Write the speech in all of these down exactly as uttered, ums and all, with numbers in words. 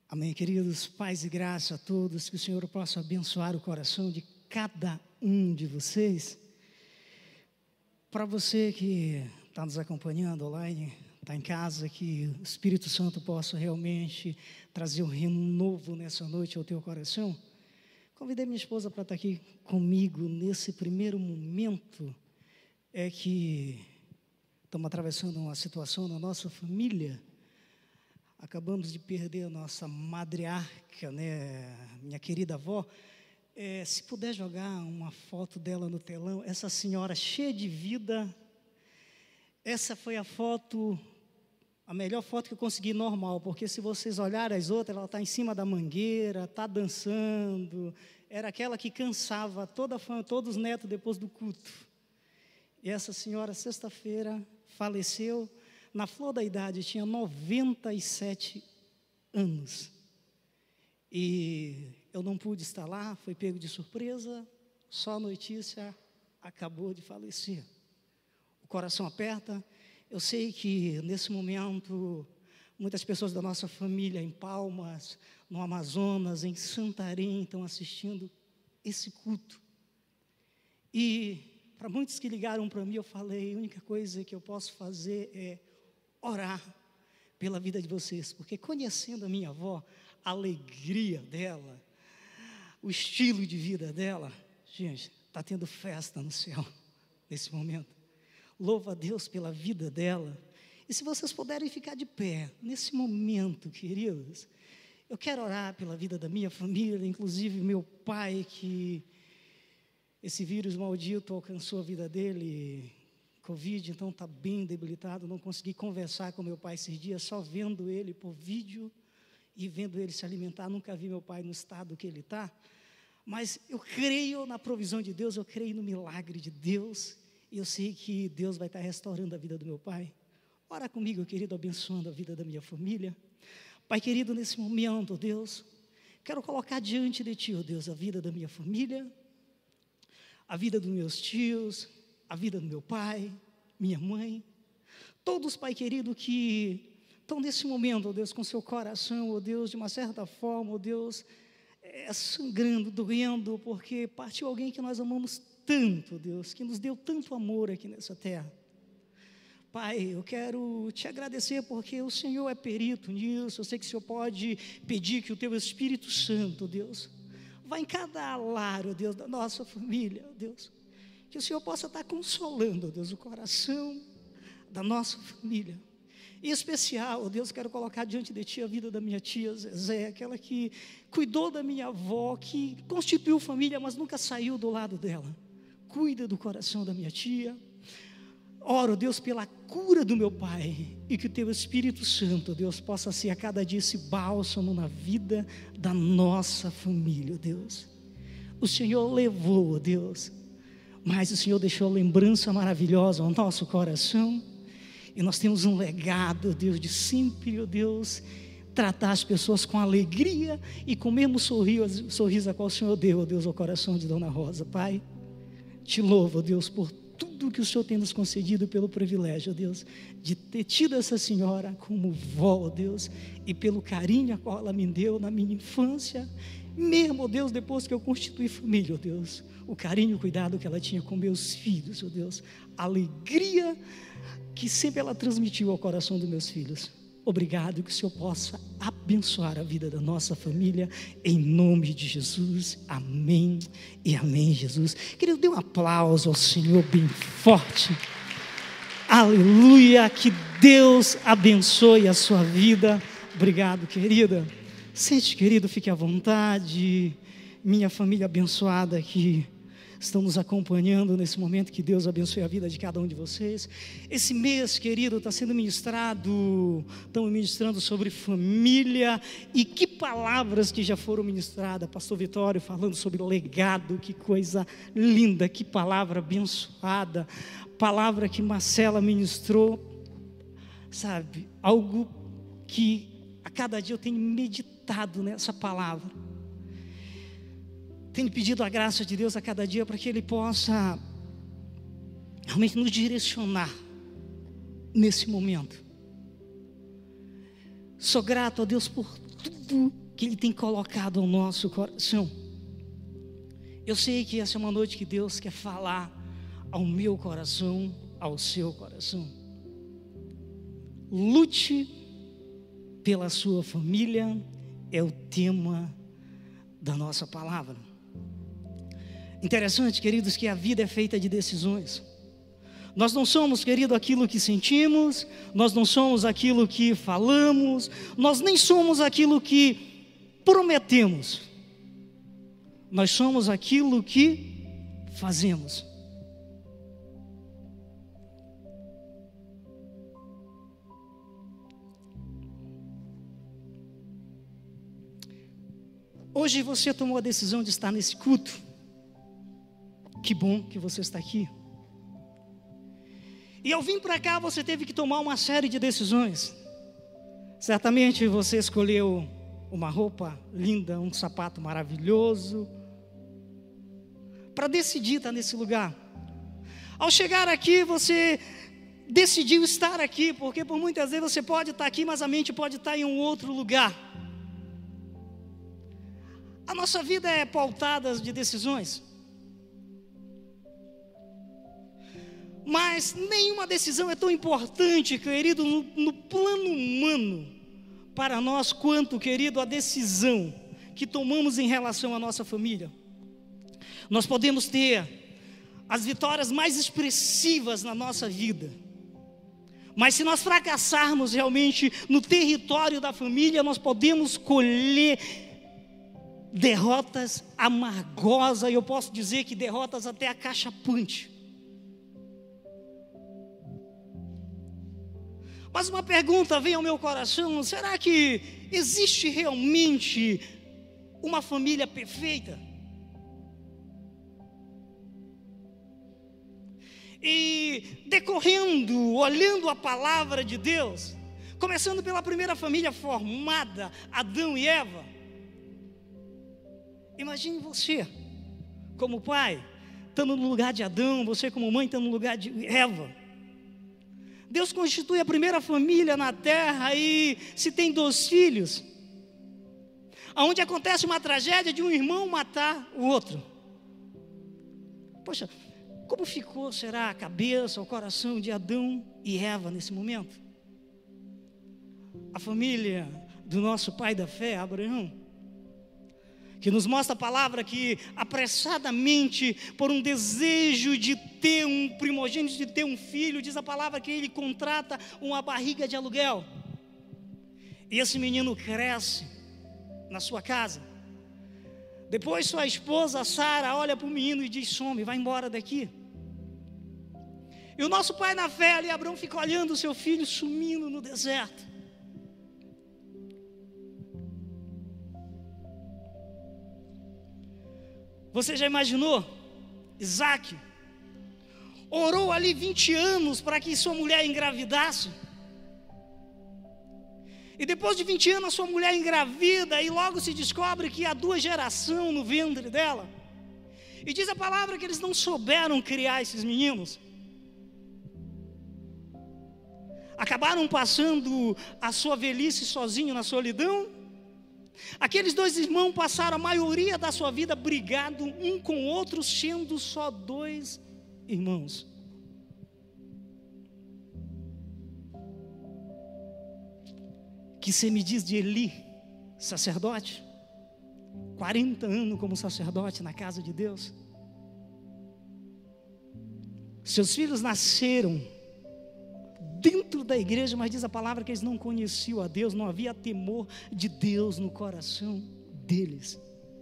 Amém, queridos, paz e graça a todos, que o Senhor possa abençoar o coração de cada um de vocês. Para você que está nos acompanhando online, está em casa, que o Espírito Santo possa realmente trazer um renovo nessa noite ao teu coração. Convidei minha esposa para estar aqui comigo nesse primeiro momento, é que estamos atravessando uma situação na nossa família. Acabamos de perder a nossa matriarca, né, minha querida avó. É, se puder jogar uma foto dela no telão, essa senhora cheia de vida. Essa foi a foto, a melhor foto que eu consegui normal, porque se vocês olharem as outras, ela está em cima da mangueira, está dançando. Era aquela que cansava toda a fã, todos os netos depois do culto. E essa senhora, sexta-feira, faleceu. Na flor da idade, tinha noventa e sete anos. E eu não pude estar lá, foi pego de surpresa, só a notícia, acabou de falecer. O coração aperta. Eu sei que, nesse momento, muitas pessoas da nossa família, em Palmas, no Amazonas, em Santarém, estão assistindo esse culto. E, para muitos que ligaram para mim, eu falei, a única coisa que eu posso fazer é orar pela vida de vocês, porque conhecendo a minha avó, a alegria dela, o estilo de vida dela, gente, está tendo festa no céu, nesse momento. Louva a Deus pela vida dela. E se vocês puderem ficar de pé, nesse momento, queridos, eu quero orar pela vida da minha família, inclusive meu pai, que esse vírus maldito alcançou a vida dele, Covid, então está bem debilitado, não consegui conversar com meu pai esses dias, só vendo ele por vídeo e vendo ele se alimentar. Nunca vi meu pai no estado que ele está, mas eu creio na provisão de Deus, eu creio no milagre de Deus, e eu sei que Deus vai estar restaurando a vida do meu pai. Ora comigo, querido, abençoando a vida da minha família. Pai querido, nesse momento, Deus, quero colocar diante de Ti, ó Deus, a vida da minha família, a vida dos meus tios, a vida do meu pai, minha mãe, todos, Pai querido, que estão nesse momento, ó Deus, com seu coração, ó Deus, de uma certa forma, ó Deus, é, sangrando, doendo, porque partiu alguém que nós amamos tanto, ó Deus, que nos deu tanto amor aqui nessa terra. Pai, eu quero te agradecer porque o Senhor é perito nisso. Eu sei que o Senhor pode pedir que o Teu Espírito Santo, ó Deus, vá em cada lar, ó Deus, da nossa família, ó Deus, que o Senhor possa estar consolando, ó Deus, o coração da nossa família. Em especial, ó Deus, quero colocar diante de Ti a vida da minha tia Zezé, aquela que cuidou da minha avó, que constituiu família, mas nunca saiu do lado dela. Cuida do coração da minha tia. Oro, Deus, pela cura do meu pai, e que o Teu Espírito Santo, Deus, possa ser a cada dia esse bálsamo na vida da nossa família, Deus. O Senhor levou, Deus, mas o Senhor deixou lembrança maravilhosa ao nosso coração, e nós temos um legado, Deus, de sempre, ó Deus, tratar as pessoas com alegria e com o mesmo sorriso, sorriso a qual o Senhor deu, ó Deus, ao coração de Dona Rosa. Pai, te louvo, ó Deus, por tudo que o Senhor tem nos concedido, pelo privilégio, ó Deus, de ter tido essa senhora como vó, ó Deus, e pelo carinho a qual ela me deu na minha infância, mesmo, ó Deus, depois que eu constituí família, ó Deus, o carinho e o cuidado que ela tinha com meus filhos, ó Deus, a alegria que sempre ela transmitiu ao coração dos meus filhos. Obrigado, que o Senhor possa abençoar a vida da nossa família, em nome de Jesus, amém e amém, Jesus. Querido, dê um aplauso ao Senhor bem forte, aleluia, que Deus abençoe a sua vida. Obrigado, querida. Sente, querido, fique à vontade. Minha família abençoada que estão nos acompanhando nesse momento, que Deus abençoe a vida de cada um de vocês. Esse mês, querido, está sendo ministrado, estamos ministrando sobre família, e que palavras que já foram ministradas. Pastor Vitório falando sobre legado, que coisa linda, que palavra abençoada, palavra que Marcela ministrou, sabe, algo que a cada dia eu tenho meditado nessa palavra. Tenho pedido a graça de Deus a cada dia para que Ele possa realmente nos direcionar nesse momento. Sou grato a Deus por tudo que Ele tem colocado ao nosso coração. Eu sei que essa é uma noite que Deus quer falar ao meu coração, ao seu coração. Lute pela sua família, é o tema da nossa palavra. Interessante, queridos, que a vida é feita de decisões. Nós não somos, querido, aquilo que sentimos, nós não somos aquilo que falamos, nós nem somos aquilo que prometemos. Nós somos aquilo que fazemos. Hoje você tomou a decisão de estar nesse culto. Que bom que você está aqui. E ao vir para cá você teve que tomar uma série de decisões. Certamente você escolheu uma roupa linda, um sapato maravilhoso, para decidir estar nesse lugar. Ao chegar aqui você decidiu estar aqui, porque por muitas vezes você pode estar aqui, mas a mente pode estar em um outro lugar. A nossa vida é pautada de decisões. Mas nenhuma decisão é tão importante, querido, no, no plano humano, para nós, quanto, querido, a decisão que tomamos em relação à nossa família. Nós podemos ter as vitórias mais expressivas na nossa vida, mas se nós fracassarmos realmente no território da família, nós podemos colher derrotas amargosas, e eu posso dizer que derrotas até acachapantes. Mas uma pergunta vem ao meu coração: será que existe realmente uma família perfeita? E decorrendo, olhando a palavra de Deus, começando pela primeira família formada, Adão e Eva. Imagine você, como pai, estando no lugar de Adão, você como mãe estando no lugar de Eva. Deus constitui a primeira família na terra e se tem dois filhos, onde acontece uma tragédia de um irmão matar o outro. Poxa, como ficou, será, a cabeça, o coração de Adão e Eva nesse momento? A família do nosso pai da fé, Abraão, que nos mostra a palavra que apressadamente, por um desejo de ter um primogênito, de ter um filho, diz a palavra que ele contrata uma barriga de aluguel. E esse menino cresce na sua casa. Depois sua esposa Sara olha para o menino e diz: some, vai embora daqui. E o nosso pai na fé ali, Abraão, fica olhando o seu filho sumindo no deserto. Você já imaginou? Isaac orou ali vinte anos para que sua mulher engravidasse. E depois de vinte anos a sua mulher engravida, e logo se descobre que há duas gerações no ventre dela. E diz a palavra que eles não souberam criar esses meninos. Acabaram passando a sua velhice sozinho na solidão. Aqueles dois irmãos passaram a maioria da sua vida brigado um com o outro, sendo só dois irmãos. Que você me diz de Eli, sacerdote? quarenta anos como sacerdote na casa de Deus. Seus filhos nasceram dentro da igreja, mas diz a palavra que eles não conheciam a Deus, não havia temor de Deus no coração deles.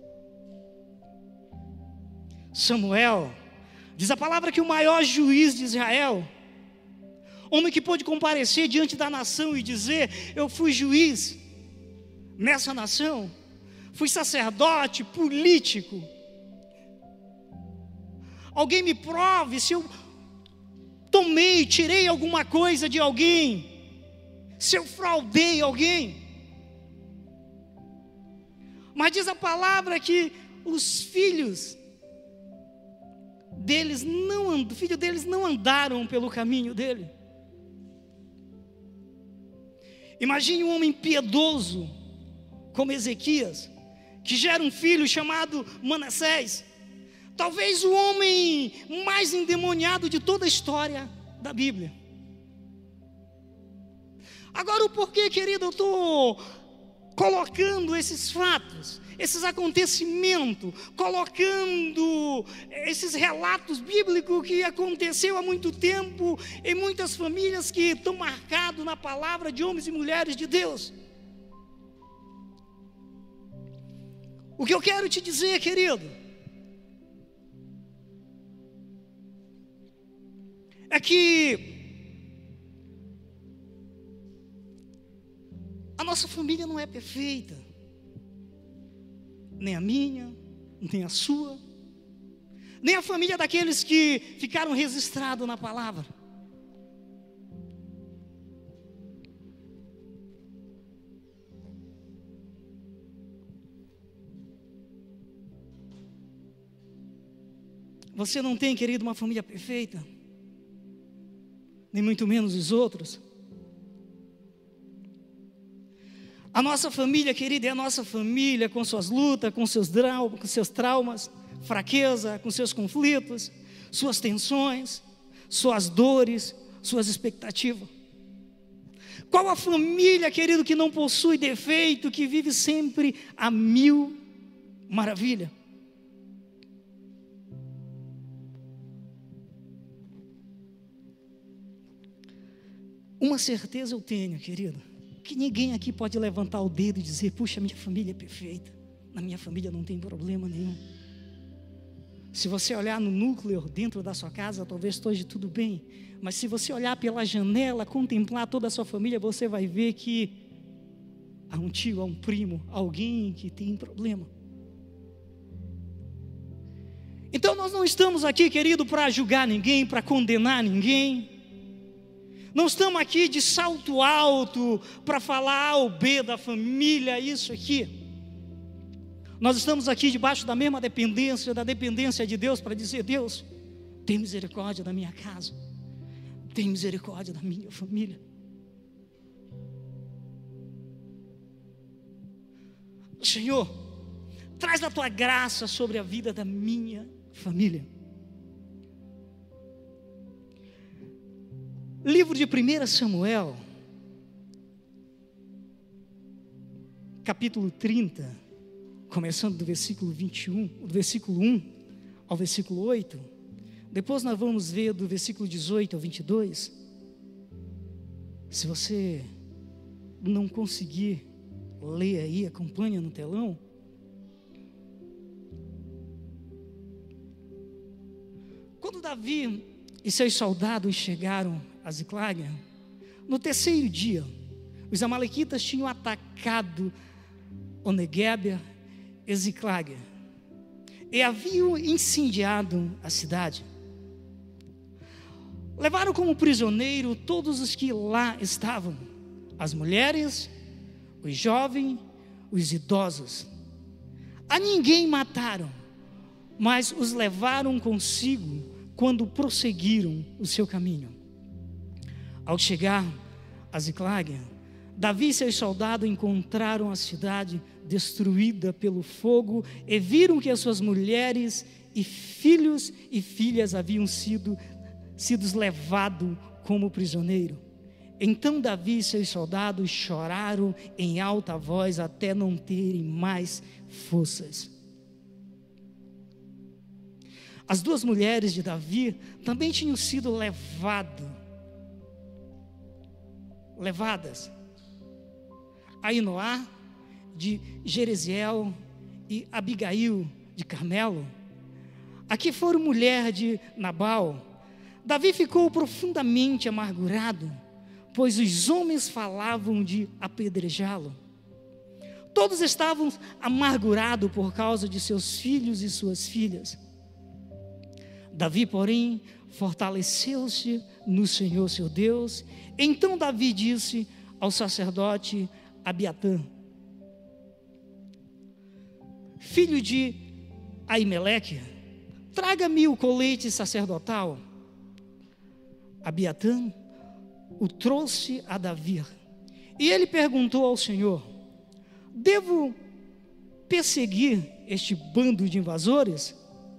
Samuel, diz a palavra que o maior juiz de Israel, homem que pôde comparecer diante da nação e dizer: eu fui juiz nessa nação, fui sacerdote, político. Alguém me prove se eu tomei, tirei alguma coisa de alguém, se eu fraudei alguém. Mas diz a palavra que os filhos deles não, o filho deles não andaram pelo caminho dele. Imagine um homem piedoso como Ezequias, que gera um filho chamado Manassés, talvez o homem mais endemoniado de toda a história da Bíblia. Agora, o porquê, querido, eu estou colocando esses fatos, esses acontecimentos, colocando esses relatos bíblicos que aconteceu há muito tempo em muitas famílias que estão marcados na palavra de homens e mulheres de Deus. O que eu quero te dizer, querido, é que a nossa família não é perfeita, nem a minha, nem a sua, nem a família daqueles que ficaram registrados na palavra. Você não tem, querido, uma família perfeita, nem muito menos os outros. A nossa família, querida, é a nossa família com suas lutas, com seus, drau- com seus traumas, fraqueza, com seus conflitos, suas tensões, suas dores, suas expectativas. Qual a família, querido, que não possui defeito, que vive sempre a mil maravilha? Uma certeza eu tenho, querido, que ninguém aqui pode levantar o dedo e dizer: puxa, minha família é perfeita, na minha família não tem problema nenhum. Se você olhar no núcleo dentro da sua casa, talvez esteja tudo bem, mas se você olhar pela janela, contemplar toda a sua família, você vai ver que há um tio, há um primo, alguém que tem problema. Então nós não estamos aqui, querido, para julgar ninguém, para condenar ninguém. Não estamos aqui de salto alto para falar A ou B da família, isso aqui. Nós estamos aqui debaixo da mesma dependência, da dependência de Deus, para dizer: Deus, tem misericórdia da minha casa, tem misericórdia da minha família. Senhor, traz a tua graça sobre a vida da minha família. Livro de primeira Samuel, capítulo trinta, começando do versículo vinte e um, do versículo um ao versículo oito. Depois nós vamos ver do versículo dezoito ao vinte e dois. Se você não conseguir ler aí, acompanha no telão. Quando Davi e seus soldados chegaram a Ziclag, no terceiro dia, os amalequitas tinham atacado o Neguebe e Ziclag e haviam incendiado a cidade. Levaram como prisioneiro todos os que lá estavam, as mulheres, os jovens, os idosos. A ninguém mataram, mas os levaram consigo quando prosseguiram o seu caminho. Ao chegar a Ziclag, Davi e seus soldados encontraram a cidade destruída pelo fogo e viram que as suas mulheres e filhos e filhas haviam sido, sido levados como prisioneiro. Então Davi e seus soldados choraram em alta voz até não terem mais forças. As duas mulheres de Davi também tinham sido levado, levadas. Ainoá de Jereziel e Abigail de Carmelo. Aqui foram mulher de Nabal. Davi ficou profundamente amargurado, pois os homens falavam de apedrejá-lo. Todos estavam amargurados por causa de seus filhos e suas filhas. Davi, porém, fortaleceu-se no Senhor seu Deus. Então Davi disse ao sacerdote Abiatã, filho de Aimeleque: traga-me o colete sacerdotal. Abiatã o trouxe a Davi, e ele perguntou ao Senhor: devo perseguir este bando de invasores?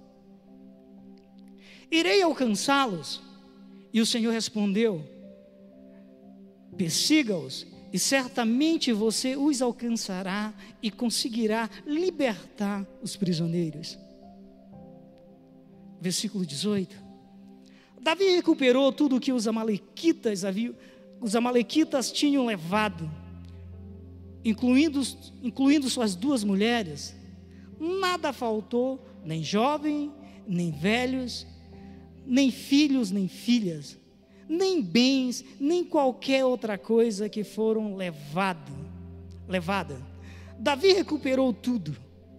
Irei alcançá-los? E o Senhor respondeu: persiga-os, e certamente você os alcançará e conseguirá libertar os prisioneiros. Versículo dezoito. Davi recuperou tudo o que os amalequitas haviam, os amalequitas tinham levado, incluindo, incluindo suas duas mulheres. Nada faltou, nem jovem, nem velhos, nem filhos, nem filhas, nem bens, nem qualquer outra coisa que foram levado, levada. Davi recuperou tudo.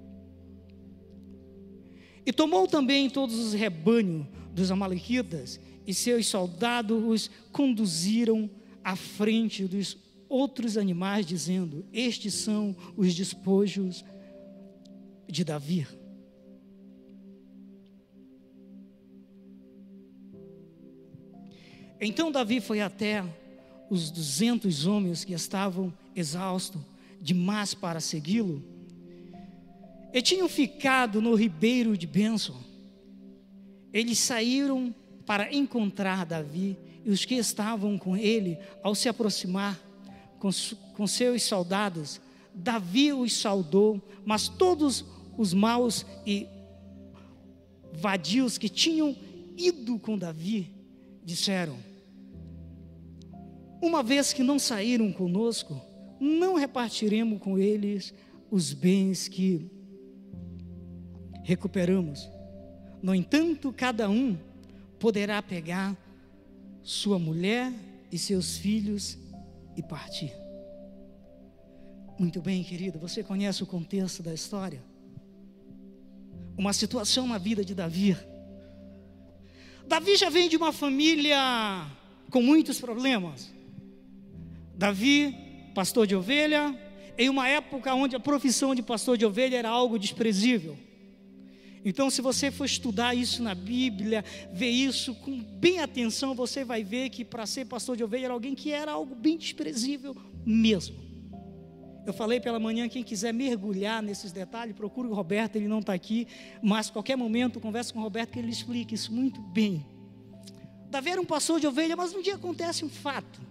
E tomou também todos os rebanhos dos amalequitas, e seus soldados os conduziram à frente dos outros animais, dizendo: estes são os despojos de Davi. Então Davi foi até os duzentos homens que estavam exaustos demais para segui-lo, e tinham ficado no ribeiro de Benson. Eles saíram para encontrar Davi, e os que estavam com ele, ao se aproximar com, com seus soldados, Davi os saudou, mas todos os maus e vadios que tinham ido com Davi disseram: uma vez que não saíram conosco, não repartiremos com eles os bens que recuperamos. No entanto, cada um poderá pegar sua mulher e seus filhos e partir. Muito bem, querido, você conhece o contexto da história? Uma situação na vida de Davi. Davi já vem de uma família com muitos problemas. Davi, pastor de ovelha, em uma época onde a profissão de pastor de ovelha era algo desprezível. Então, se você for estudar isso na Bíblia, ver isso com bem atenção, você vai ver que para ser pastor de ovelha era alguém que era algo bem desprezível mesmo. Eu falei pela manhã, quem quiser mergulhar nesses detalhes, procure o Roberto, ele não está aqui, mas a qualquer momento converse com o Roberto que ele explica isso muito bem. Davi era um pastor de ovelha, mas um dia acontece um fato.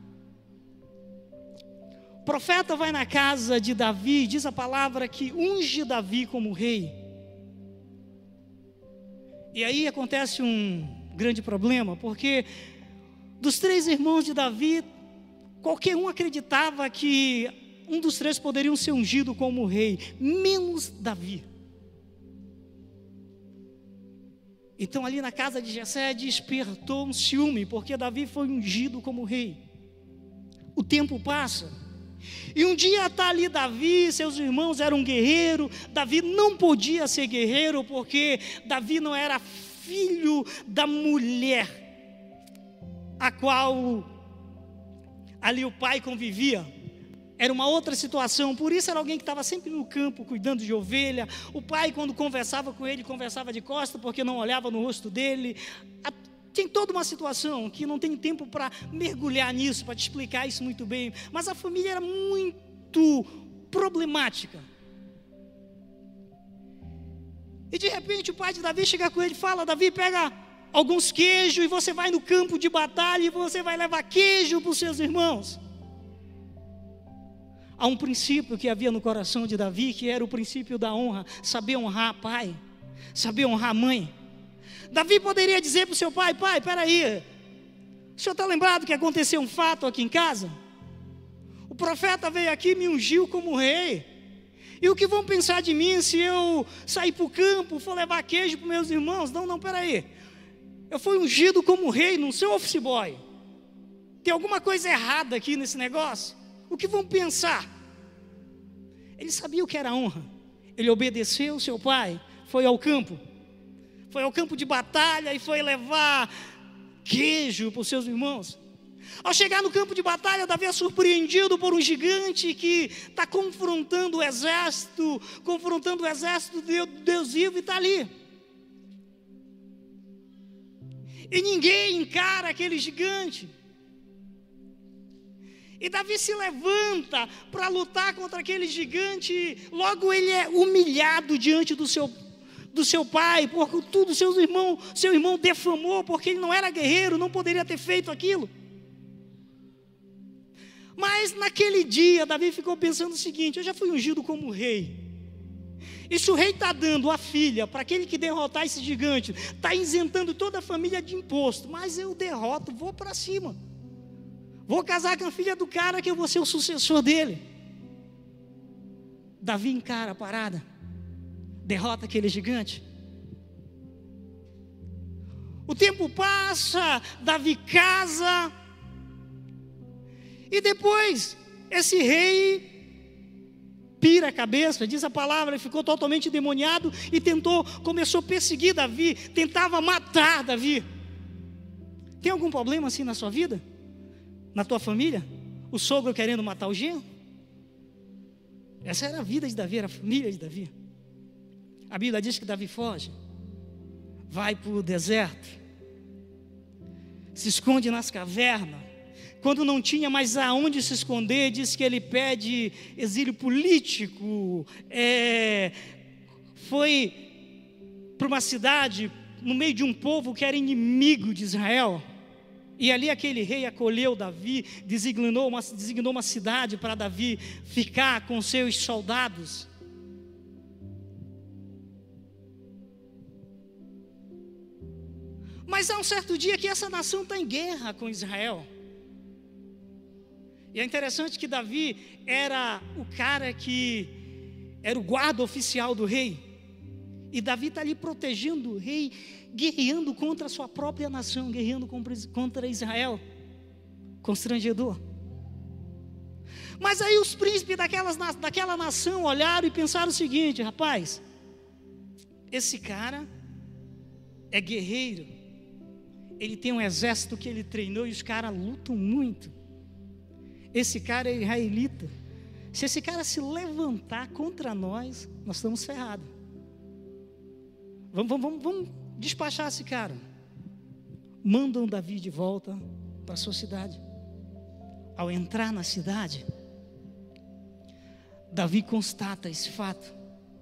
O profeta vai na casa de Davi, diz a palavra que unge Davi como rei. E aí acontece um grande problema, porque dos três irmãos de Davi, qualquer um acreditava que um dos três poderia ser ungido como rei, menos Davi. Então ali na casa de Jessé despertou um ciúme, porque Davi foi ungido como rei. O tempo passa, e um dia está ali Davi, seus irmãos eram guerreiros. Davi não podia ser guerreiro, porque Davi não era filho da mulher a qual ali o pai convivia. Era uma outra situação, por isso era alguém que estava sempre no campo, cuidando de ovelha. O pai, quando conversava com ele, conversava de costas, porque não olhava no rosto dele. Tem toda uma situação que não tem tempo para mergulhar nisso, para te explicar isso muito bem. Mas a família era muito problemática. E de repente o pai de Davi chega com ele e fala: Davi, pega alguns queijos e você vai no campo de batalha e você vai levar queijo para os seus irmãos. Há um princípio que havia no coração de Davi, que era o princípio da honra, saber honrar pai, saber honrar mãe. Davi poderia dizer para o seu pai: pai, peraí, o senhor está lembrado que aconteceu um fato aqui em casa? O profeta veio aqui e me ungiu como rei, e o que vão pensar de mim se eu sair para o campo, for levar queijo para meus irmãos? Não, não, peraí, eu fui ungido como rei, não sou office boy. Tem alguma coisa errada aqui nesse negócio? O que vão pensar? Ele sabia o que era honra. Ele obedeceu o seu pai, foi ao campo, foi ao campo de batalha e foi levar queijo para os seus irmãos. Ao chegar no campo de batalha, Davi é surpreendido por um gigante que está confrontando o exército, confrontando o exército de Deus vivo, e está ali. E ninguém encara aquele gigante. E Davi se levanta para lutar contra aquele gigante. Logo ele é humilhado diante do seu, do seu pai, porque tudo seus irmãos, seu irmão defamou, porque ele não era guerreiro, não poderia ter feito aquilo. Mas naquele dia Davi ficou pensando o seguinte: eu já fui ungido como rei. E se o rei está dando a filha para aquele que derrotar esse gigante, está isentando toda a família de imposto, mas eu derroto, vou para cima. Vou casar com a filha do cara que eu vou ser o sucessor dele. Davi encara a parada, derrota aquele gigante. O tempo passa, Davi casa, e depois esse rei pira a cabeça, diz a palavra, ele ficou totalmente endemoniado e tentou, começou a perseguir Davi, tentava matar Davi. Tem algum problema assim na sua vida? Na tua família? O sogro querendo matar o genro? Essa era a vida de Davi, era a família de Davi. A Bíblia diz que Davi foge, vai para o deserto, se esconde nas cavernas. Quando não tinha mais aonde se esconder, diz que ele pede exílio político, é, foi para uma cidade no meio de um povo que era inimigo de Israel. E ali aquele rei acolheu Davi, designou uma, designou uma cidade para Davi ficar com seus soldados. Mas há um certo dia que essa nação está em guerra com Israel. E é interessante que Davi era o cara que era o guarda oficial do rei. E Davi está ali protegendo o rei, guerreando contra a sua própria nação, guerreando contra Israel. Constrangedor. Mas aí os príncipes daquelas, daquela nação olharam e pensaram o seguinte: rapaz, esse cara é guerreiro, ele tem um exército que ele treinou e os caras lutam muito. Esse cara é israelita. Se esse cara se levantar contra nós, nós estamos ferrados. Vamos, vamos, vamos, vamos despachar esse cara. Mandam Davi de volta para a sua cidade. Ao entrar na cidade, Davi constata esse fato.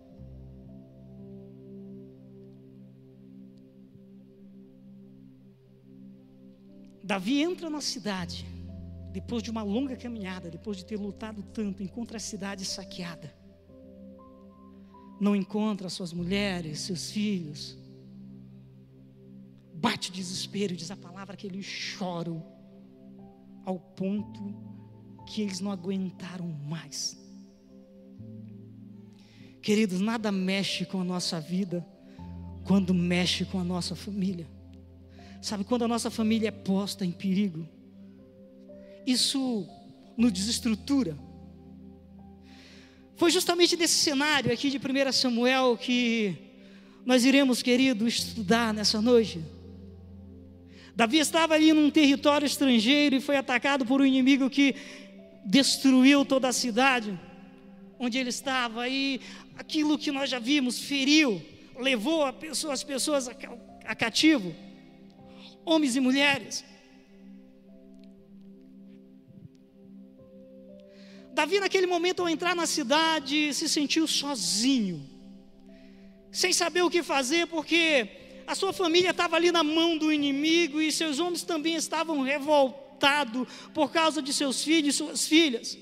Davi entra na cidade, depois de uma longa caminhada, depois de ter lutado tanto, encontra a cidade saqueada. Não encontra suas mulheres, seus filhos. Bate desespero, diz a palavra que eles choram, ao ponto que eles não aguentaram mais. Queridos, nada mexe com a nossa vida quando mexe com a nossa família. Sabe, quando a nossa família é posta em perigo, isso nos desestrutura. Foi justamente nesse cenário aqui de primeiro Samuel que nós iremos, querido, estudar nessa noite. Davi estava ali num território estrangeiro e foi atacado por um inimigo que destruiu toda a cidade onde ele estava. E aquilo que nós já vimos, feriu, levou a pessoa, as pessoas a, a cativo, homens e mulheres. Davi naquele momento, ao entrar na cidade, se sentiu sozinho, sem saber o que fazer, porque a sua família estava ali na mão do inimigo e seus homens também estavam revoltados por causa de seus filhos e suas filhas.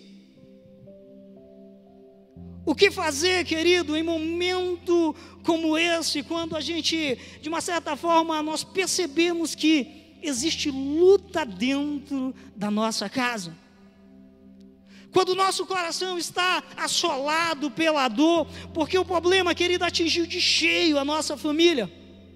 O que fazer, querido, em momento como esse, quando a gente, de uma certa forma, nós percebemos que existe luta dentro da nossa casa? Quando o nosso coração está assolado pela dor, porque o problema, querido, atingiu de cheio a nossa família.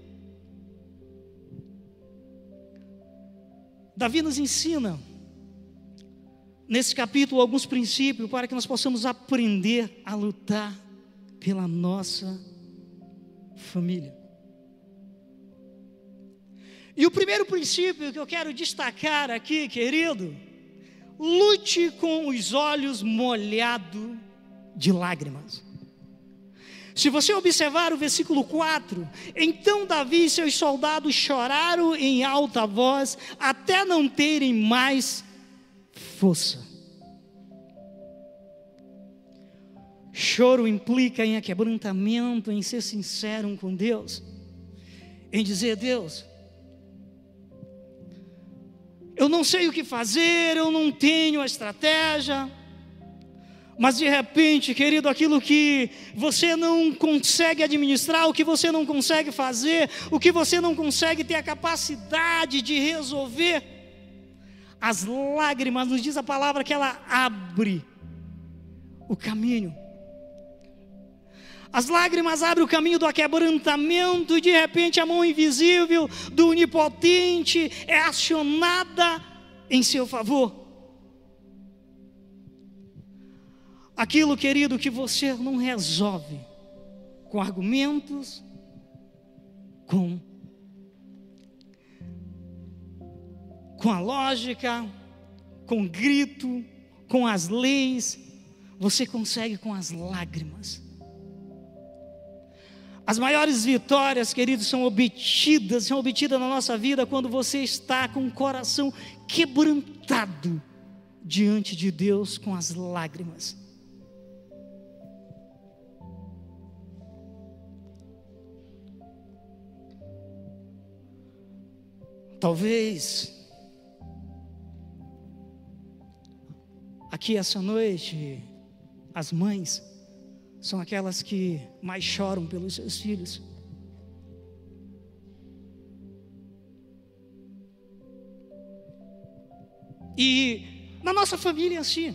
Davi nos ensina, nesse capítulo, alguns princípios para que nós possamos aprender a lutar pela nossa família. E o primeiro princípio que eu quero destacar aqui, querido: lute com os olhos molhados de lágrimas. Se você observar o versículo quatro, então Davi e seus soldados choraram em alta voz, até não terem mais força. Choro implica em aquebrantamento, em ser sincero com Deus, em dizer: Deus, eu não sei o que fazer, eu não tenho a estratégia, mas de repente, querido, aquilo que você não consegue administrar, o que você não consegue fazer, o que você não consegue ter a capacidade de resolver, as lágrimas, nos diz a palavra que ela abre o caminho. As lágrimas abrem o caminho do aquebrantamento e de repente a mão invisível do Onipotente é acionada em seu favor. Aquilo, querido, que você não resolve com argumentos, com, com a lógica, com grito, com as leis, você consegue com as lágrimas. As maiores vitórias, queridos, são obtidas, são obtidas na nossa vida quando você está com o coração quebrantado diante de Deus com as lágrimas. Talvez aqui essa noite as mães são aquelas que mais choram pelos seus filhos. E na nossa família é assim.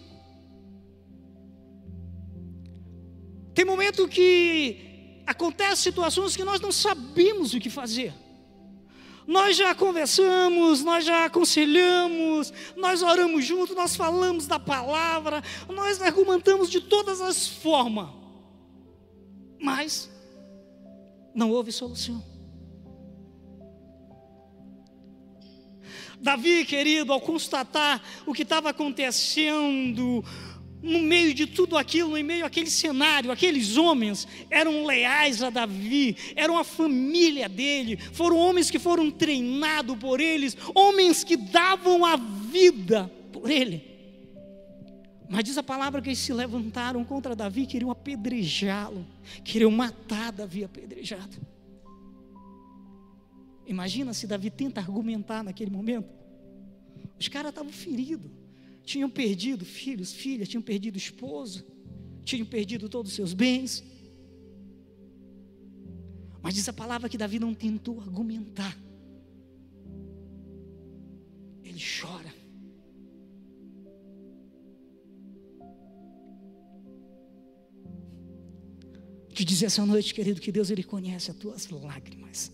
Tem momento que acontecem situações que nós não sabemos o que fazer. Nós já conversamos, nós já aconselhamos, nós oramos juntos, nós falamos da palavra, nós argumentamos de todas as formas, mas não houve solução. Davi, querido, ao constatar o que estava acontecendo, no meio de tudo aquilo, no meio daquele cenário, aqueles homens eram leais a Davi, eram a família dele, foram homens que foram treinados por eles, homens que davam a vida por ele. Mas diz a palavra que eles se levantaram contra Davi, queriam apedrejá-lo, queriam matar Davi apedrejado. Imagina se Davi tenta argumentar naquele momento. Os caras estavam feridos, tinham perdido filhos, filhas, tinham perdido esposa, tinham perdido todos os seus bens. Mas diz a palavra que Davi não tentou argumentar. Ele chora. Te dizer essa noite, querido, que Deus, Ele conhece as tuas lágrimas.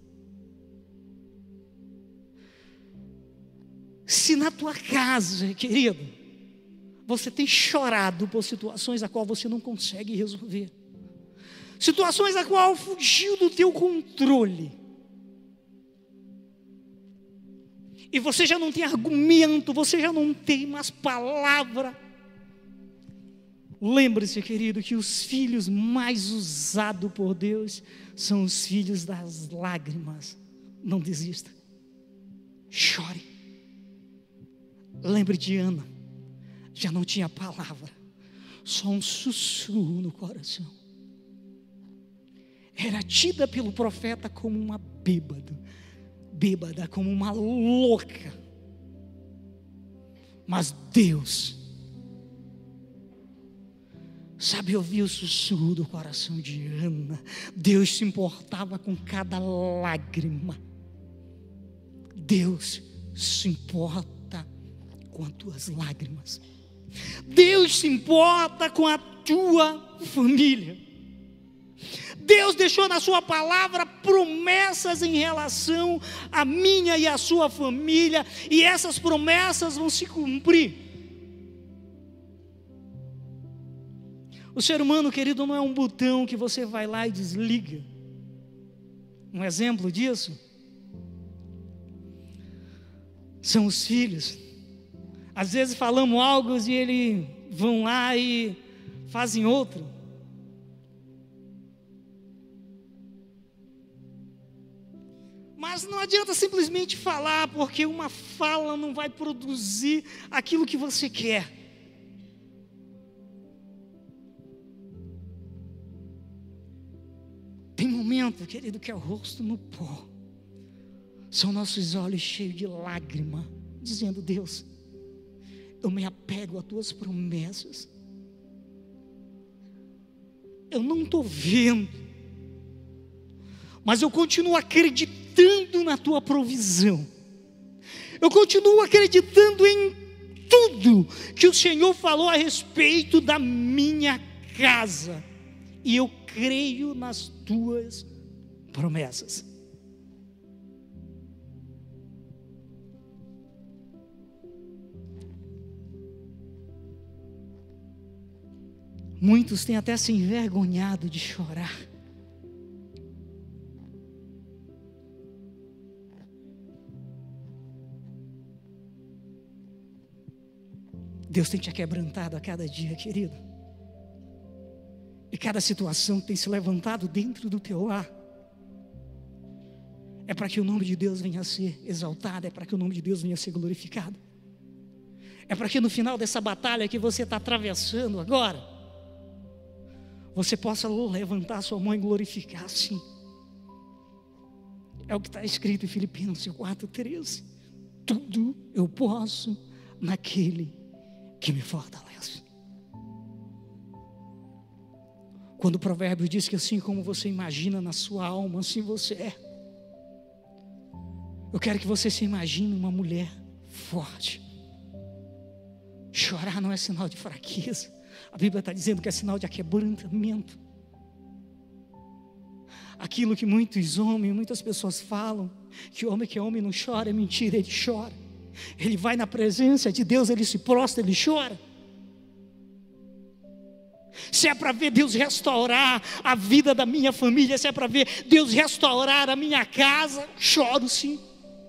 Se na tua casa, querido, você tem chorado por situações a qual você não consegue resolver, situações a qual fugiu do teu controle, e você já não tem argumento, você já não tem mais palavra, lembre-se, querido, que os filhos mais usados por Deus são os filhos das lágrimas. Não desista, chore. Lembre de Ana, já não tinha palavra, só um sussurro no coração. Era tida pelo profeta como uma bêbada, bêbada, como uma louca. Mas Deus sabe ouvir o sussurro do coração de Ana. Deus se importava com cada lágrima. Deus se importa com as tuas lágrimas. Deus se importa com a tua família. Deus deixou na sua palavra promessas em relação à minha e à sua família, e essas promessas vão se cumprir. O ser humano, querido, não é um botão que você vai lá e desliga. Um exemplo disso são os filhos. Às vezes falamos algo e eles vão lá e fazem outro. Mas não adianta simplesmente falar, porque uma fala não vai produzir aquilo que você quer. momento, querido, que é o rosto no pó, são nossos olhos cheios de lágrima, dizendo: Deus, eu me apego às tuas promessas. Eu não estou vendo, mas eu continuo acreditando na tua provisão. Eu continuo acreditando em tudo que o Senhor falou a respeito da minha casa. E eu creio nas tuas promessas. Muitos têm até se envergonhado de chorar. Deus tem te quebrantado a cada dia, querido. E cada situação que tem se levantado dentro do teu lar é para que o nome de Deus venha a ser exaltado, é para que o nome de Deus venha a ser glorificado. É para que no final dessa batalha que você está atravessando agora, você possa levantar sua mão e glorificar, sim. É o que está escrito em Filipenses quatro, treze. Tudo eu posso naquele que me fortalece. Quando o provérbio diz que assim como você imagina na sua alma, assim você é. Eu quero que você se imagine uma mulher forte. Chorar não é sinal de fraqueza. A Bíblia está dizendo que é sinal de aquebrantamento. Aquilo que muitos homens, muitas pessoas falam, que homem que é homem não chora, é mentira, ele chora. Ele vai na presença de Deus, ele se prostra, ele chora. Se é para ver Deus restaurar a vida da minha família, se é para ver Deus restaurar a minha casa, choro sim.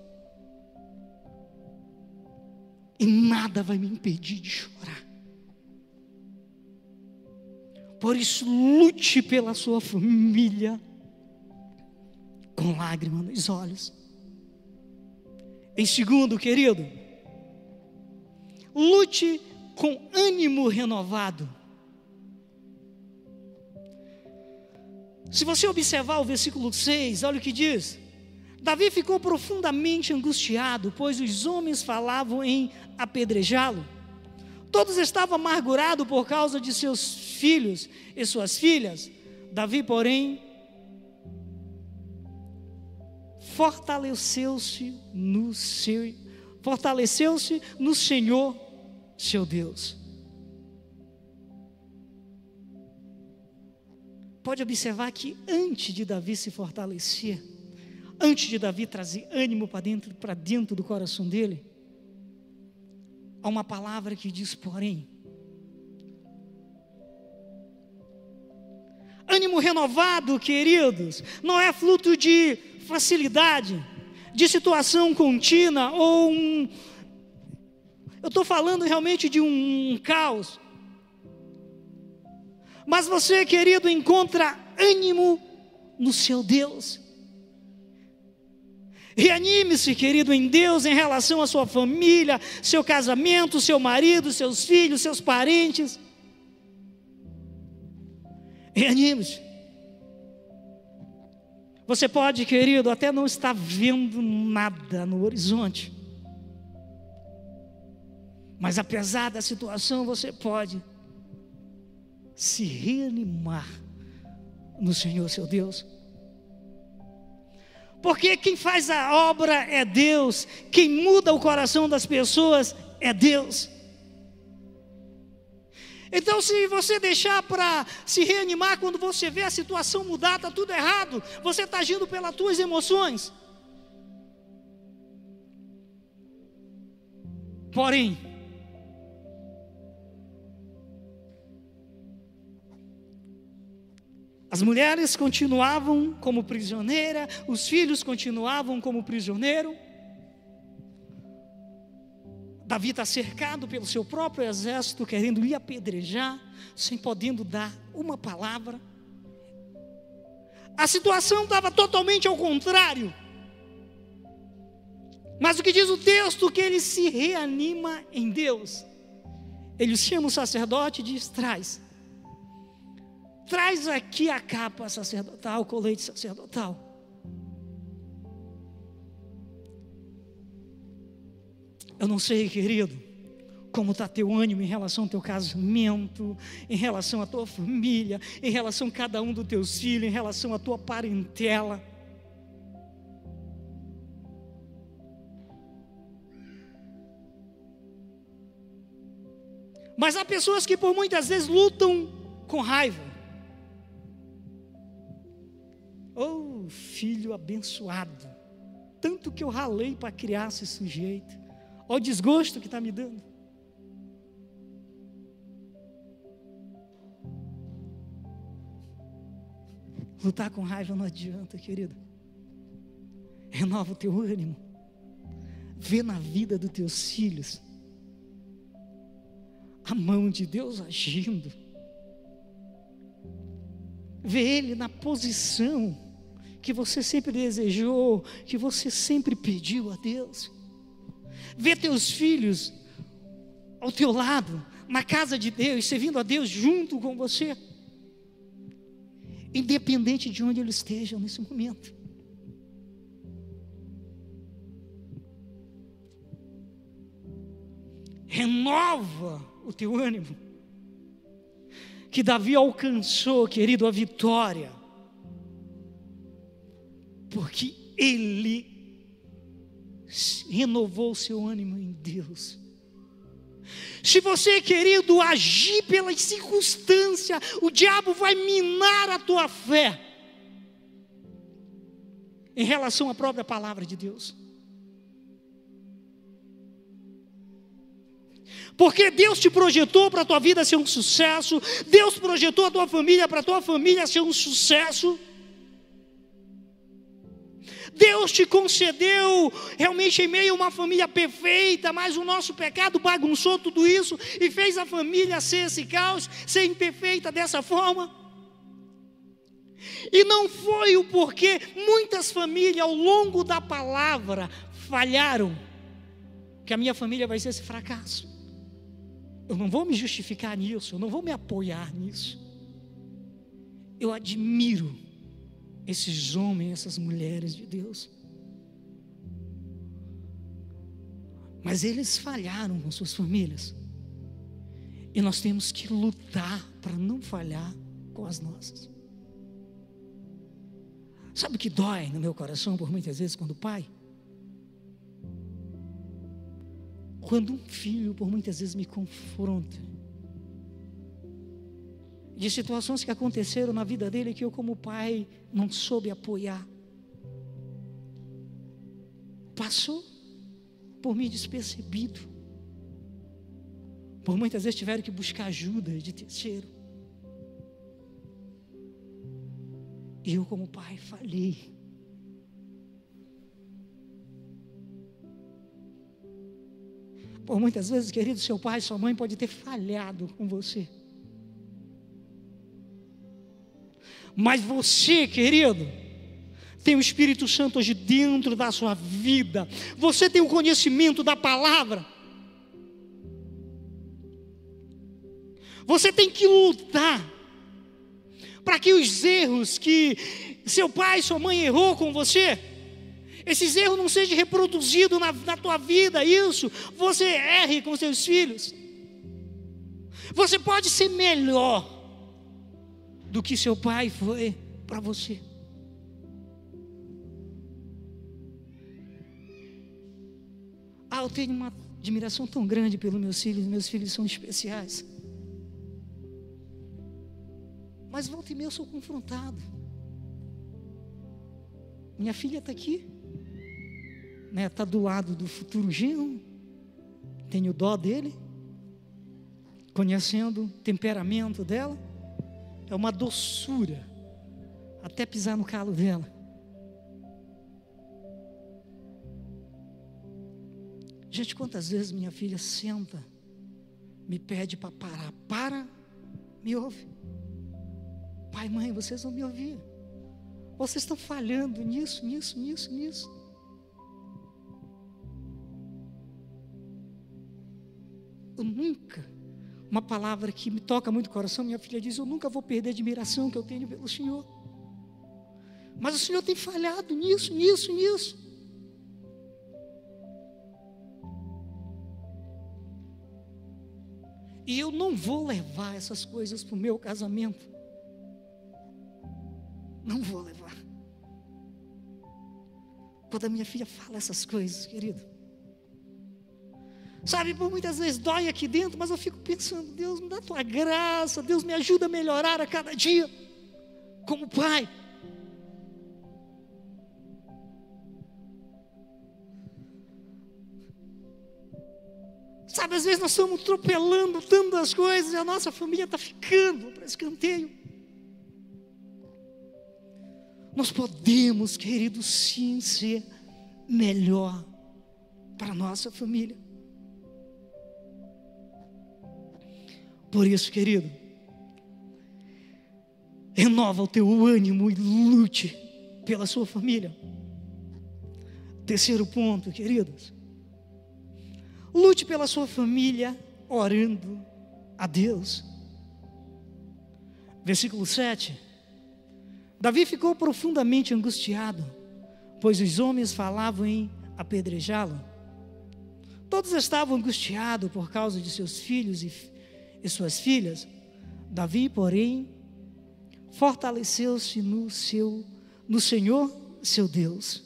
E nada vai me impedir de chorar. Por isso, lute pela sua família com lágrimas nos olhos. Em segundo, querido, lute com ânimo renovado. Se você observar o versículo seis, olha o que diz: Davi ficou profundamente angustiado, pois os homens falavam em apedrejá-lo. Todos estavam amargurados por causa de seus filhos e suas filhas. Davi, porém, fortaleceu-se no seu, fortaleceu-se no Senhor, seu Deus. Pode observar que antes de Davi se fortalecer, antes de Davi trazer ânimo para dentro, para dentro do coração dele, há uma palavra que diz porém. Ânimo renovado, queridos, não é fruto de facilidade, de situação contínua ou um... Eu estou falando realmente de um, um caos. Mas você, querido, encontra ânimo no seu Deus. Reanime-se, querido, em Deus em relação à sua família, seu casamento, seu marido, seus filhos, seus parentes. Reanime-se. Você pode, querido, até não estar vendo nada no horizonte, mas apesar da situação, você pode se reanimar no Senhor, seu Deus. Porque quem faz a obra é Deus, quem muda o coração das pessoas é Deus. Então, se você deixar para se reanimar quando você vê a situação mudar, está tudo errado, você está agindo pelas tuas emoções. Porém, as mulheres continuavam como prisioneira, os filhos continuavam como prisioneiro. Davi está cercado pelo seu próprio exército, querendo lhe apedrejar, sem podendo dar uma palavra. A situação estava totalmente ao contrário. Mas o que diz o texto? Que ele se reanima em Deus. Ele chama o sacerdote e diz: traz. traz aqui a capa sacerdotal, o colete sacerdotal. Eu não sei, querido, como está teu ânimo em relação ao teu casamento, em relação à tua família, em relação a cada um dos teus filhos, em relação à tua parentela. Mas há pessoas que por muitas vezes lutam com raiva. Oh, filho abençoado, tanto que eu ralei para criar esse sujeito. Olha o desgosto que está me dando. Lutar com raiva não adianta, querido. Renova o teu ânimo. Vê na vida dos teus filhos a mão de Deus agindo. Vê Ele na posição que você sempre desejou, que você sempre pediu a Deus. Vê teus filhos ao teu lado, na casa de Deus, servindo a Deus junto com você, independente de onde eles estejam nesse momento. Renova o teu ânimo, que Davi alcançou, querido, a vitória, porque ele renovou o seu ânimo em Deus. Se você, querido, agir pela circunstância, o diabo vai minar a tua fé em relação à própria palavra de Deus. Porque Deus te projetou para a tua vida ser um sucesso, Deus projetou a tua família para a tua família ser um sucesso. Deus te concedeu realmente em meio a uma família perfeita, mas o nosso pecado bagunçou tudo isso e fez a família ser esse caos, ser imperfeita dessa forma. E não foi o porquê muitas famílias ao longo da palavra falharam, que a minha família vai ser esse fracasso. Eu não vou me justificar nisso, eu não vou me apoiar nisso. Eu admiro esses homens, essas mulheres de Deus. Mas eles falharam com suas famílias. E nós temos que lutar para não falhar com as nossas. Sabe o que dói no meu coração por muitas vezes quando o pai? Quando um filho por muitas vezes me confronta de situações que aconteceram na vida dele que eu como pai não soube apoiar. Passou por mim despercebido. Por muitas vezes tiveram que buscar ajuda de terceiro. E eu como pai falhei. Por muitas vezes, querido, seu pai, sua mãe pode ter falhado com você. Mas você, querido, tem o Espírito Santo hoje dentro da sua vida. Você tem o conhecimento da palavra. Você tem que lutar para que os erros que seu pai, sua mãe errou com você, esses erros não sejam reproduzidos na, na tua vida. Isso, você erre com seus filhos. Você pode ser melhor do que seu pai foi para você. Ah, eu tenho uma admiração tão grande pelos meus filhos. Meus filhos são especiais. Mas volta e meia eu sou confrontado. Minha filha está aqui, né? Está do lado do futuro genro. Tenho dó dele, conhecendo o temperamento dela. É uma doçura, até pisar no calo dela. Gente, quantas vezes minha filha senta, me pede para parar. Para, me ouve. Pai, mãe, vocês vão me ouvir. Vocês estão falhando nisso, nisso, nisso, nisso. Eu nunca uma palavra que me toca muito o coração. Minha filha diz: eu nunca vou perder a admiração que eu tenho pelo Senhor. Mas o Senhor tem falhado nisso, nisso, nisso. E eu não vou levar essas coisas para o meu casamento. Não vou levar. Quando a minha filha fala essas coisas, querido, sabe, por muitas vezes dói aqui dentro, mas eu fico pensando: Deus, me dá a tua graça, Deus me ajuda a melhorar a cada dia, como pai. Sabe, às vezes nós estamos atropelando tantas coisas e a nossa família está ficando para escanteio. Nós podemos, querido, sim, ser melhor para a nossa família. Por isso, querido, renova o teu ânimo e lute pela sua família. Terceiro ponto, queridos, lute pela sua família orando a Deus. Versículo sete. Davi ficou profundamente angustiado, pois os homens falavam em apedrejá-lo. Todos estavam angustiados por causa de seus filhos e, e suas filhas. Davi, porém, fortaleceu-se no, seu, no Senhor, seu Deus.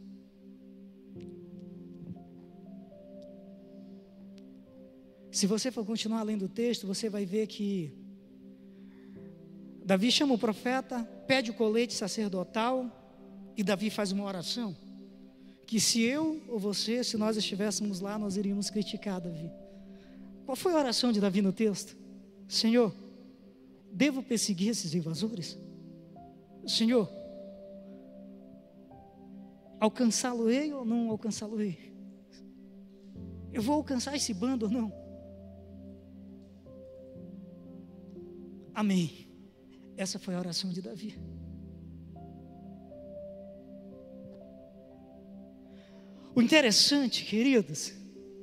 Se você for continuar lendo o texto, você vai ver que Davi chama o profeta, pede o colete sacerdotal, e Davi faz uma oração, que se eu ou você, se nós estivéssemos lá, nós iríamos criticar Davi. Qual foi a oração de Davi no texto? Senhor, devo perseguir esses invasores? Senhor, alcançá-lo-ei ou não alcançá-lo-ei? Eu vou alcançar esse bando ou não? Amém. Essa foi a oração de Davi. O interessante, queridos,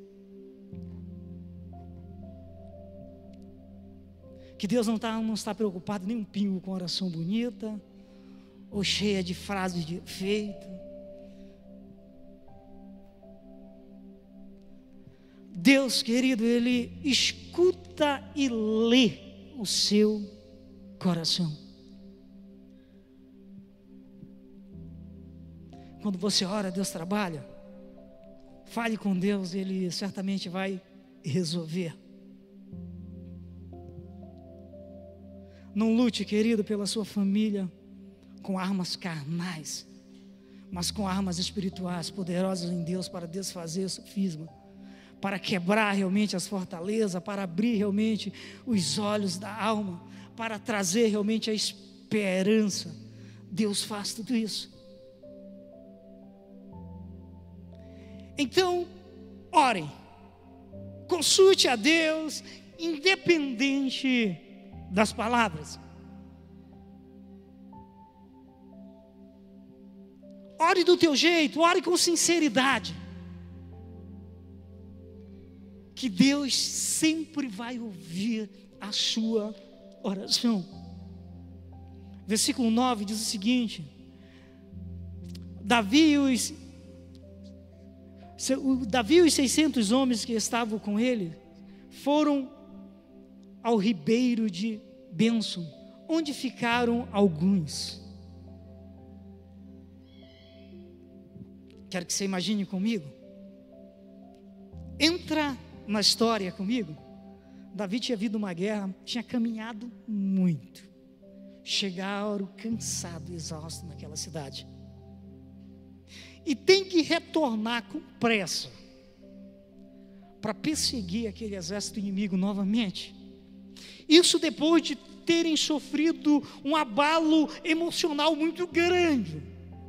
que Deus não está, não está preocupado nem um pingo com oração bonita, ou cheia de frases de efeito. Deus, querido, Ele escuta e lê o seu coração. Quando você ora, Deus trabalha. Fale com Deus, Ele certamente vai resolver. Não lute, querido, pela sua família com armas carnais, mas com armas espirituais, poderosas em Deus para desfazer o sofisma, para quebrar realmente as fortalezas, para abrir realmente os olhos da alma, para trazer realmente a esperança. Deus faz tudo isso. Então, orem, consulte a Deus, independente das palavras. Ore do teu jeito, ore com sinceridade, que Deus sempre vai ouvir a sua oração. Versículo nove diz o seguinte: Davi e os, Davi e os seiscentos homens que estavam com ele foram ao ribeiro de Benson, onde ficaram alguns. Quero que você imagine comigo. Entra na história comigo. Davi tinha vindo uma guerra, tinha caminhado muito, chegaram cansado, exausto naquela cidade, e tem que retornar com pressa para perseguir aquele exército inimigo novamente. Isso depois de terem sofrido um abalo emocional muito grande.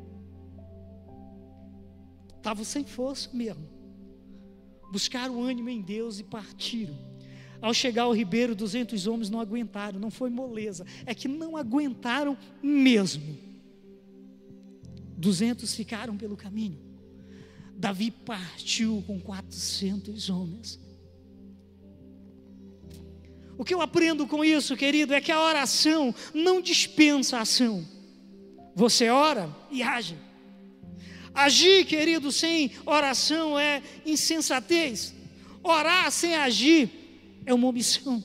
Estavam sem força mesmo. Buscaram ânimo em Deus e partiram. Ao chegar ao ribeiro, duzentos homens não aguentaram, não foi moleza, é que não aguentaram mesmo. duzentos ficaram pelo caminho. Davi partiu com quatrocentos homens. O que eu aprendo com isso, querido, é que a oração não dispensa a ação. Você ora e age. Agir, querido, sem oração é insensatez. Orar sem agir é uma omissão.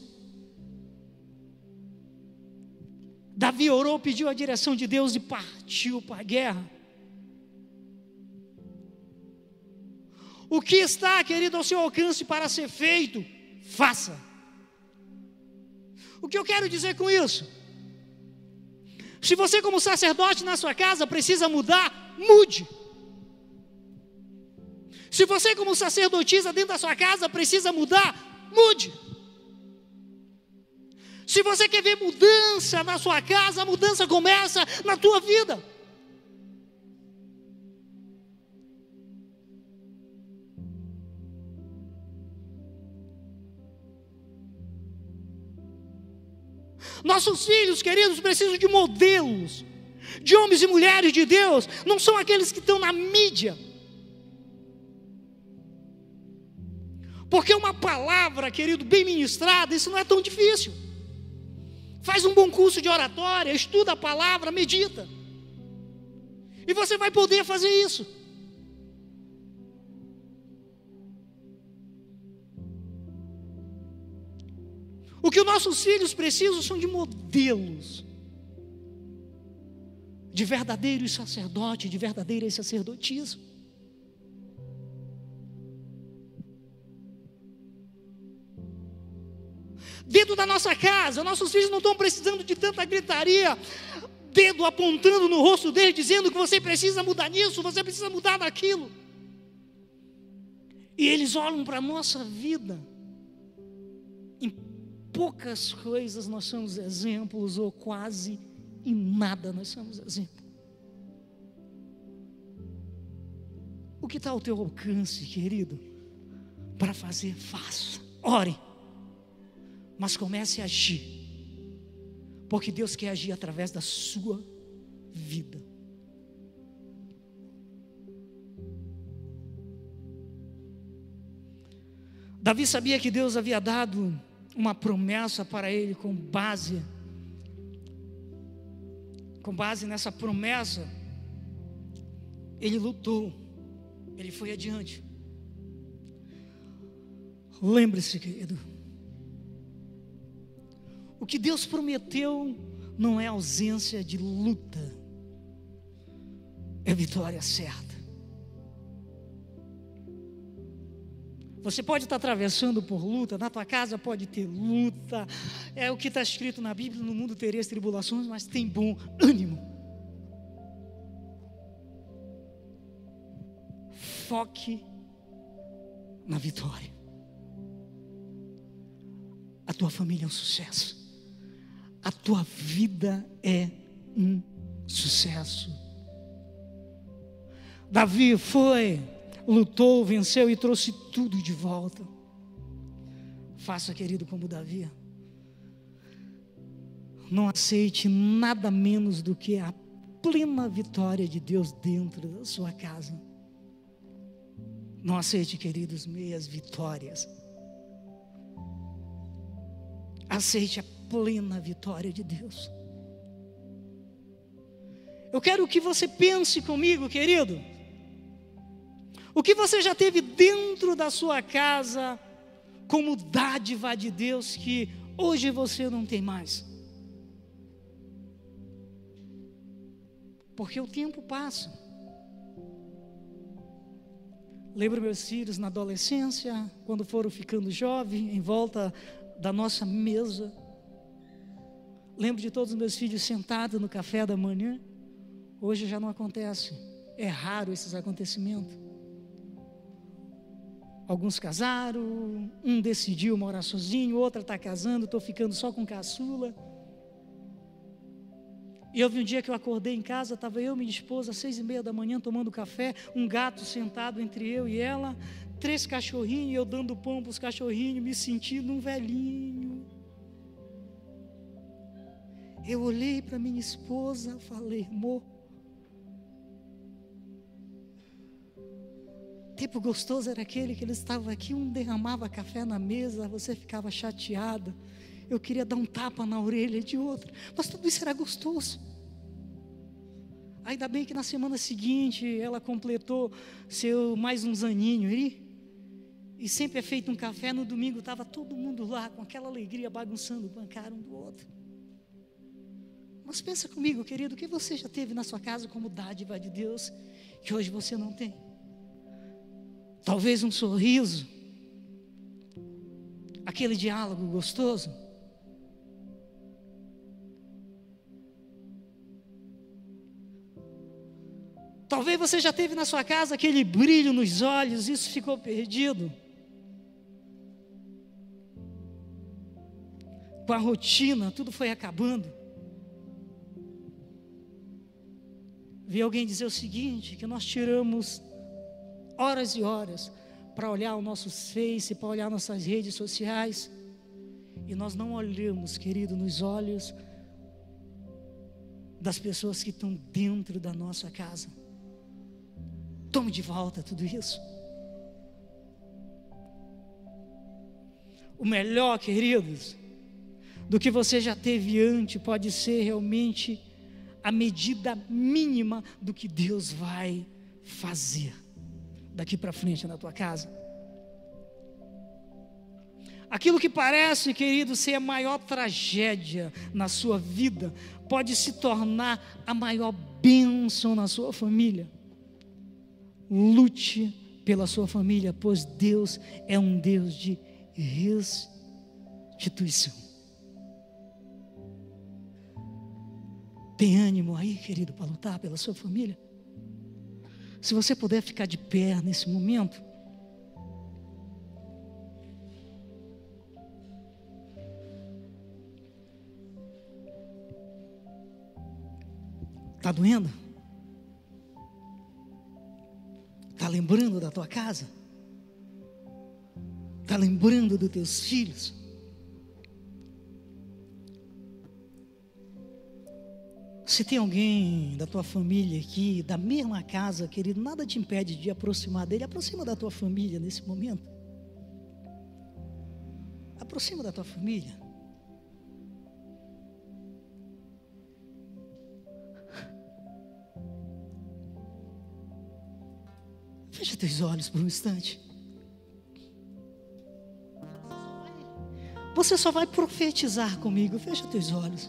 Davi orou, pediu a direção de Deus e partiu para a guerra. O que está, querido, ao seu alcance para ser feito, faça. O que eu quero dizer com isso? Se você, como sacerdote na sua casa, precisa mudar, mude. Se você, como sacerdotisa dentro da sua casa, precisa mudar, mude. Se você quer ver mudança na sua casa, a mudança começa na tua vida. Nossos filhos, queridos, precisam de modelos, de homens e mulheres de Deus, não são aqueles que estão na mídia. Porque uma palavra, querido, bem ministrada, isso não é tão difícil. Faz um bom curso de oratória, estuda a palavra, medita. E você vai poder fazer isso. O que os nossos filhos precisam são de modelos, de verdadeiros sacerdotes, de verdadeiras sacerdotisas. Dentro da nossa casa, nossos filhos não estão precisando de tanta gritaria, dedo apontando no rosto deles, dizendo que você precisa mudar nisso, você precisa mudar naquilo. E eles olham para a nossa vida. Em poucas coisas nós somos exemplos, ou quase em nada nós somos exemplos. O que está ao teu alcance, querido, para fazer, faça. Ore. Mas comece a agir, porque Deus quer agir através da sua vida. Davi sabia que Deus havia dado uma promessa para ele com base, com base nessa promessa, ele lutou, ele foi adiante. Lembre-se, querido, o que Deus prometeu não é ausência de luta, é vitória certa. Você pode estar atravessando por luta, na tua casa pode ter luta, é o que está escrito na Bíblia: no mundo tereis tribulações, mas tem bom ânimo. Foque na vitória. A tua família é um sucesso. A tua vida é um sucesso. Davi foi, lutou, venceu e trouxe tudo de volta. Faça, querido, como Davi. Não aceite nada menos do que a plena vitória de Deus dentro da sua casa. Não aceite, queridos, meias vitórias. Aceite a plena vitória de Deus. Eu quero que você pense comigo, querido. O que você já teve dentro da sua casa como dádiva de Deus que hoje você não tem mais? Porque o tempo passa. Lembro meus filhos na adolescência, quando foram ficando jovens, em volta da nossa mesa. Lembro de todos os meus filhos sentados no café da manhã. Hoje já não acontece. É raro esses acontecimentos. Alguns casaram, um decidiu morar sozinho, outra está casando, estou ficando só com caçula. E houve um dia que eu acordei em casa, estava eu e minha esposa, às seis e meia da manhã, tomando café, um gato sentado entre eu e ela, três cachorrinhos, eu dando pão para os cachorrinhos, me sentindo um velhinho. Eu olhei para minha esposa, falei: amor, tempo gostoso era aquele que eles estavam aqui, um derramava café na mesa, você ficava chateada, eu queria dar um tapa na orelha de outro, mas tudo isso era gostoso. Ainda bem que na semana seguinte ela completou seu mais uns aninhos aí, e sempre é feito um café. No domingo estava todo mundo lá com aquela alegria, bagunçando o bancar um do outro. Mas pensa comigo, querido, o que você já teve na sua casa como dádiva de Deus, que hoje você não tem? Talvez um sorriso, aquele diálogo gostoso. Talvez você já teve na sua casa aquele brilho nos olhos, isso ficou perdido com a rotina, tudo foi acabando. Vi alguém dizer o seguinte, que nós tiramos horas e horas para olhar o nosso Face, para olhar nossas redes sociais, e nós não olhamos, querido, nos olhos das pessoas que estão dentro da nossa casa. Tome de volta tudo isso. O melhor, queridos, do que você já teve antes, pode ser realmente a medida mínima do que Deus vai fazer daqui para frente na tua casa. Aquilo que parece, querido, ser a maior tragédia na sua vida, pode se tornar a maior bênção na sua família. Lute pela sua família, pois Deus é um Deus de restituição. Tem ânimo aí, querido, para lutar pela sua família? Se você puder ficar de pé nesse momento. Está doendo? Está lembrando da tua casa? Está lembrando dos teus filhos? Se tem alguém da tua família aqui, da mesma casa, querido, nada te impede de aproximar dele. Aproxima da tua família nesse momento. Aproxima da tua família. Fecha teus olhos por um instante. Você só vai profetizar comigo. Fecha teus olhos.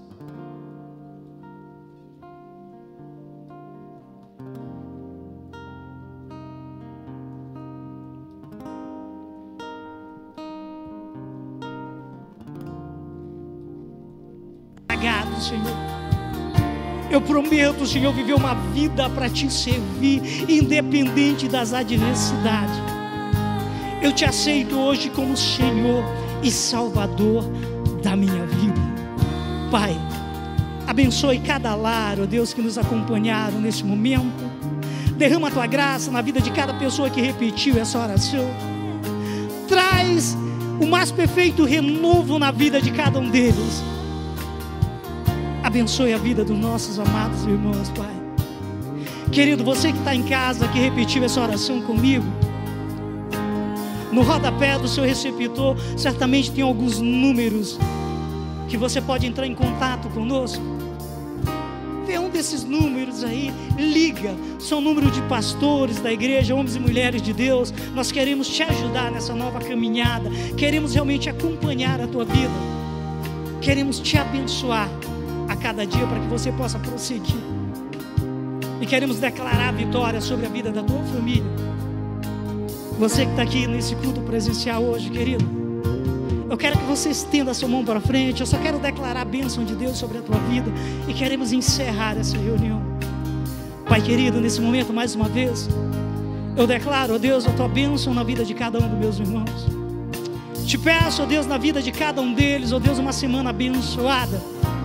Senhor, eu prometo, Senhor, viver uma vida para te servir, independente das adversidades. Eu te aceito hoje como Senhor e Salvador da minha vida. Pai, abençoe cada lar, ó Deus, que nos acompanharam nesse momento. Derrama a tua graça na vida de cada pessoa que repetiu essa oração. Traz o mais perfeito renovo na vida de cada um deles. Abençoe a vida dos nossos amados irmãos, Pai. Querido, você que está em casa, que repetiu essa oração comigo, no rodapé do seu receptor, certamente tem alguns números que você pode entrar em contato conosco. Vê um desses números aí, liga. São números de pastores da igreja, homens e mulheres de Deus. Nós queremos te ajudar nessa nova caminhada. Queremos realmente acompanhar a tua vida. Queremos te abençoar a cada dia para que você possa prosseguir. E queremos declarar a vitória sobre a vida da tua família. Você que está aqui nesse culto presencial hoje, querido, eu quero que você estenda a sua mão para frente. Eu só quero declarar a bênção de Deus sobre a tua vida. E queremos encerrar essa reunião. Pai querido, nesse momento, mais uma vez, eu declaro, ó Deus, a tua bênção na vida de cada um dos meus irmãos. Te peço, ó Deus, na vida de cada um deles, ó Deus, uma semana abençoada.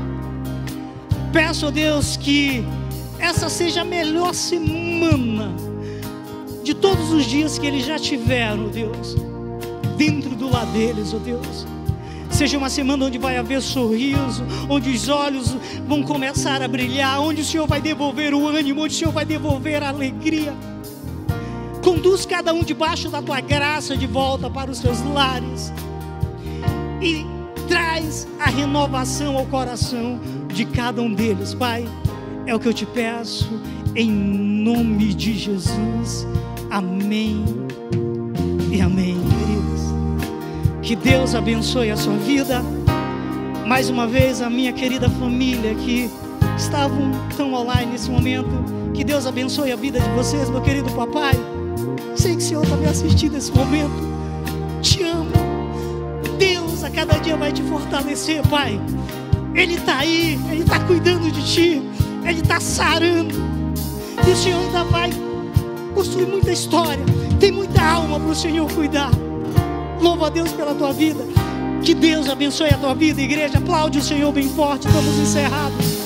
Peço, ó Deus, que essa seja a melhor semana de todos os dias que eles já tiveram, ó Deus, dentro do lar deles, ó Deus. Seja uma semana onde vai haver sorriso, onde os olhos vão começar a brilhar, onde o Senhor vai devolver o ânimo, onde o Senhor vai devolver a alegria. Conduz cada um debaixo da tua graça de volta para os seus lares. E traz a renovação ao coração de cada um deles, Pai. É o que eu te peço, em nome de Jesus. Amém e amém, queridos. Que Deus abençoe a sua vida. Mais uma vez, a minha querida família que estavam tão online nesse momento, que Deus abençoe a vida de vocês, meu querido papai. Sei que o Senhor está me assistindo nesse momento. Te amo. Deus a cada dia vai te fortalecer, Pai. Ele está aí, Ele está cuidando de ti, Ele está sarando. E o Senhor ainda vai construir muita história. Tem muita alma para o Senhor cuidar. Louva a Deus pela tua vida. Que Deus abençoe a tua vida, igreja. Aplaude o Senhor bem forte. Estamos encerrados.